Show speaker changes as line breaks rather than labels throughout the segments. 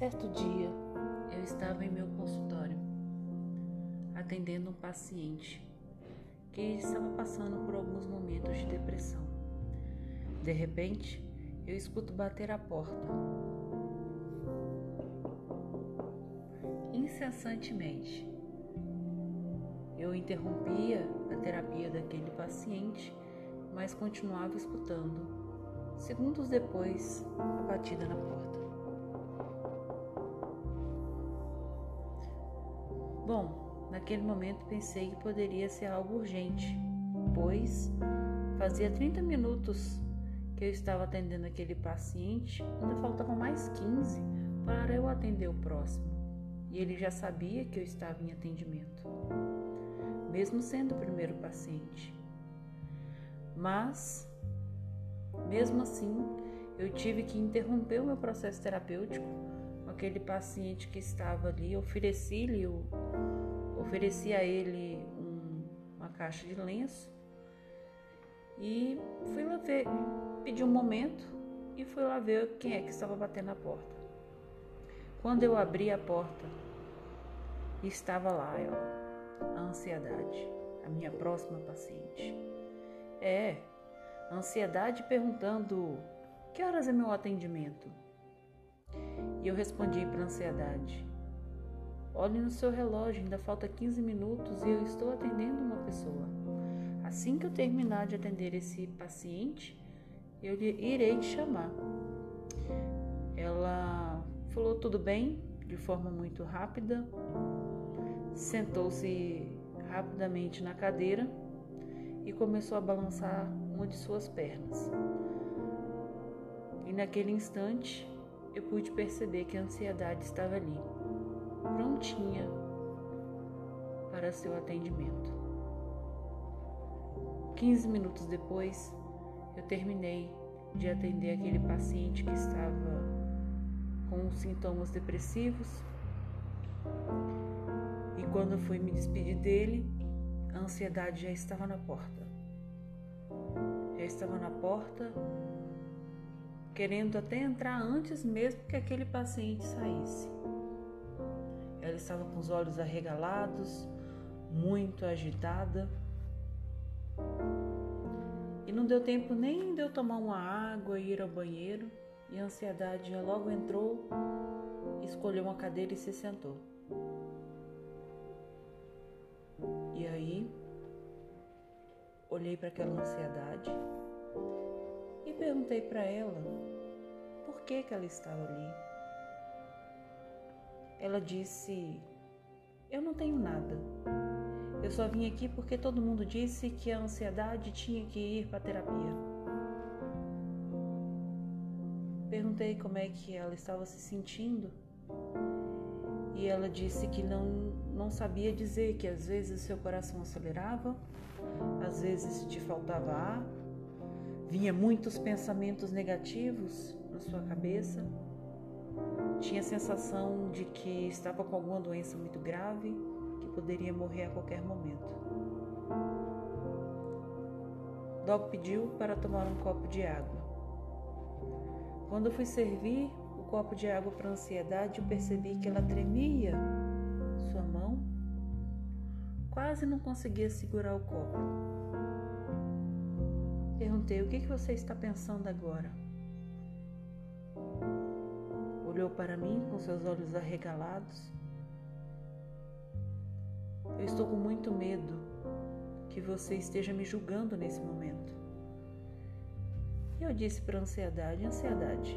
Certo dia, eu estava em meu consultório, atendendo um paciente que estava passando por alguns momentos de depressão. De repente, eu escuto bater a porta. Incessantemente, eu interrompia a terapia daquele paciente, mas continuava escutando. Segundos depois, a batida na porta. Bom, naquele momento pensei que poderia ser algo urgente, pois fazia 30 minutos que eu estava atendendo aquele paciente, ainda faltavam mais 15 para eu atender o próximo. E ele já sabia que eu estava em atendimento, mesmo sendo o primeiro paciente. Mas, mesmo assim, eu tive que interromper o meu processo terapêutico com aquele paciente que estava ali. Ofereci a ele uma caixa de lenço e fui lá ver, pedi um momento e fui lá ver quem é que estava batendo na porta. Quando eu abri a porta, estava lá a ansiedade, a minha próxima paciente. A ansiedade perguntando: que horas é meu atendimento? E eu respondi para a ansiedade: olhe no seu relógio, ainda falta 15 minutos e eu estou atendendo uma pessoa. Assim que eu terminar de atender esse paciente, eu irei te chamar. Ela falou tudo bem, de forma muito rápida, sentou-se rapidamente na cadeira e começou a balançar uma de suas pernas. E naquele instante, eu pude perceber que a ansiedade estava ali, prontinha para seu atendimento. 15 minutos depois, eu terminei de atender aquele paciente que estava com sintomas depressivos. E quando eu fui me despedir dele, a ansiedade já estava na porta. Querendo até entrar antes mesmo que aquele paciente saísse. Ela estava com os olhos arregalados, muito agitada. E não deu tempo nem de eu tomar uma água e ir ao banheiro. E a ansiedade já logo entrou, escolheu uma cadeira e se sentou. E aí, olhei para aquela ansiedade e perguntei para ela por que ela estava ali. Ela disse: eu não tenho nada. Eu só vim aqui porque todo mundo disse que a ansiedade tinha que ir para a terapia. Perguntei como é que ela estava se sentindo e ela disse que não sabia dizer, que às vezes seu coração acelerava, às vezes te faltava ar, vinha muitos pensamentos negativos na sua cabeça, tinha a sensação de que estava com alguma doença muito grave, que poderia morrer a qualquer momento. Logo pediu para tomar um copo de água. Quando eu fui servir o copo de água para a ansiedade, eu percebi que ela tremia sua mão, quase não conseguia segurar o copo. Perguntei: o que você está pensando agora? Olhou para mim com seus olhos arregalados. Eu estou com muito medo que você esteja me julgando nesse momento. E eu disse para a ansiedade: ansiedade,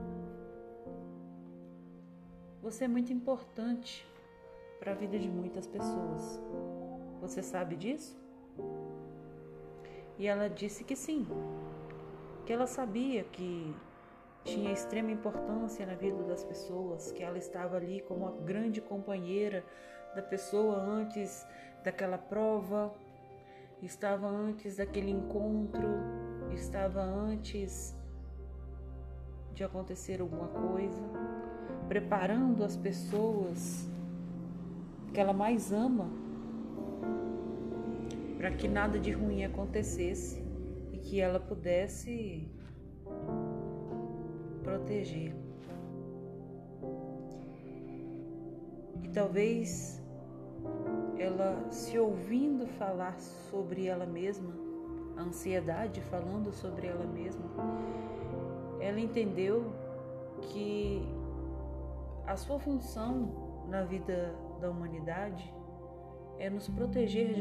você é muito importante para a vida de muitas pessoas. Você sabe disso? E ela disse que sim, que ela sabia que tinha extrema importância na vida das pessoas, que ela estava ali como uma grande companheira da pessoa antes daquela prova, estava antes daquele encontro, estava antes de acontecer alguma coisa, preparando as pessoas que ela mais ama para que nada de ruim acontecesse e que ela pudesse proteger. E talvez ela, se ouvindo falar sobre ela mesma, a ansiedade falando sobre ela mesma, ela entendeu que a sua função na vida da humanidade é nos proteger de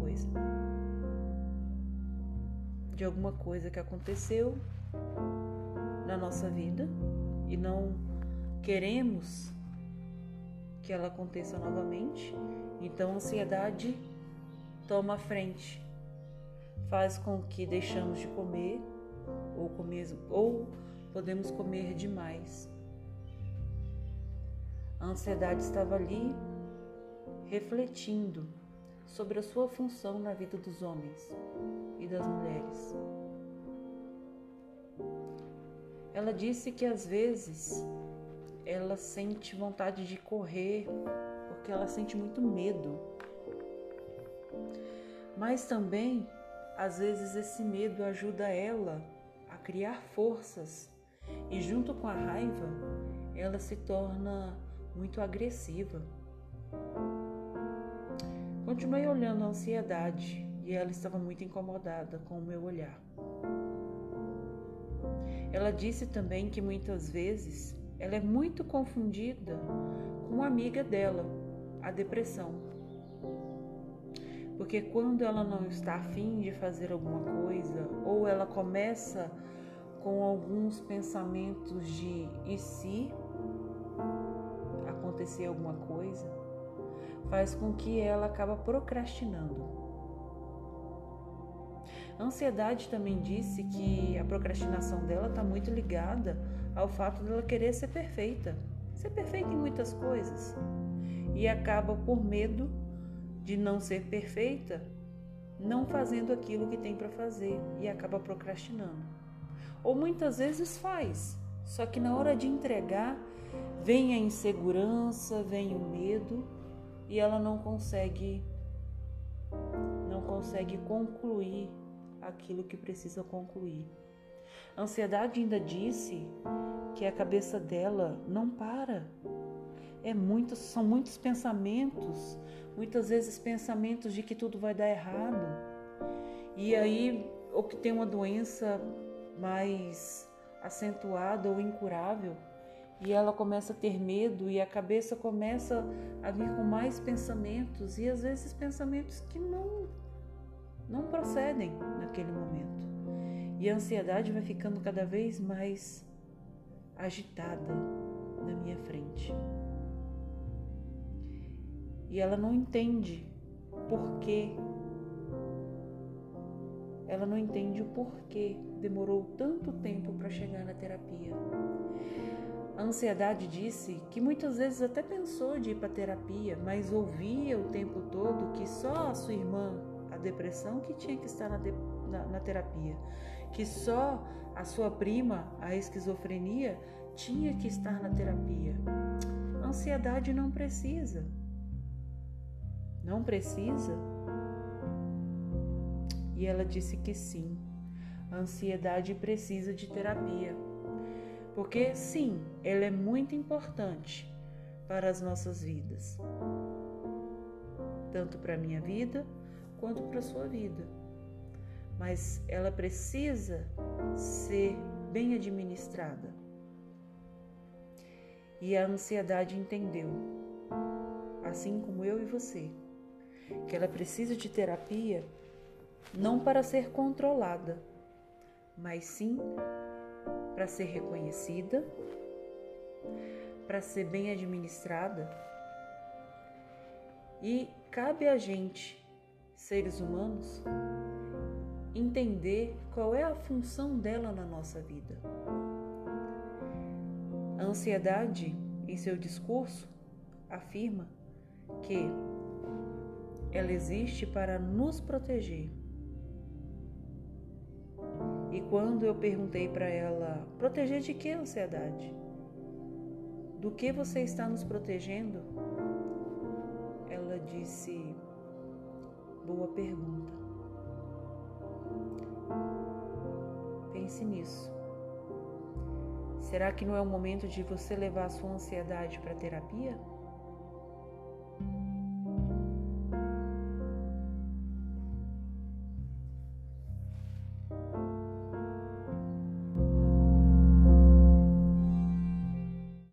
alguma coisa que aconteceu na nossa vida e não queremos que ela aconteça novamente. Então a ansiedade toma a frente, faz com que deixamos de comer ou podemos comer demais. A ansiedade estava ali refletindo sobre a sua função na vida dos homens e das mulheres. Ela disse que às vezes ela sente vontade de correr porque ela sente muito medo. Mas também, às vezes, esse medo ajuda ela a criar forças e junto com a raiva, ela se torna muito agressiva. Continuei olhando a ansiedade e ela estava muito incomodada com o meu olhar. Ela disse também que muitas vezes ela é muito confundida com uma amiga dela, a depressão. Porque quando ela não está a fim de fazer alguma coisa, ou ela começa com alguns pensamentos de e se acontecer alguma coisa, faz com que ela acaba procrastinando. A ansiedade também disse que a procrastinação dela está muito ligada ao fato dela querer ser perfeita em muitas coisas, e acaba por medo de não ser perfeita, não fazendo aquilo que tem para fazer e acaba procrastinando. Ou muitas vezes faz, só que na hora de entregar vem a insegurança, vem o medo e ela não consegue concluir aquilo que precisa concluir. A ansiedade ainda disse que a cabeça dela não para. São muitos pensamentos, muitas vezes pensamentos de que tudo vai dar errado. E aí, ou que tem uma doença mais acentuada ou incurável, e ela começa a ter medo e a cabeça começa a vir com mais pensamentos, e às vezes pensamentos que não procedem naquele momento. E a ansiedade vai ficando cada vez mais agitada na minha frente. E ela não entende por quê. Ela não entende o porquê demorou tanto tempo para chegar na terapia. A ansiedade disse que muitas vezes até pensou de ir para terapia, mas ouvia o tempo todo que só a sua irmã, a depressão, que tinha que estar na terapia, que só a sua prima, a esquizofrenia, tinha que estar na terapia. A ansiedade não precisa. Não precisa? E ela disse que sim, a ansiedade precisa de terapia. Porque sim, ela é muito importante para as nossas vidas. Tanto para a minha vida, quanto para a sua vida. Mas ela precisa ser bem administrada. E a ansiedade entendeu, assim como eu e você, que ela precisa de terapia não para ser controlada, mas sim para ser reconhecida, para ser bem administrada. E cabe a gente, seres humanos, entender qual é a função dela na nossa vida. A ansiedade, em seu discurso, afirma que ela existe para nos proteger. E quando eu perguntei para ela, proteger de que, ansiedade? Do que você está nos protegendo? Ela disse, boa pergunta. Pense nisso. Será que não é o momento de você levar a sua ansiedade para a terapia?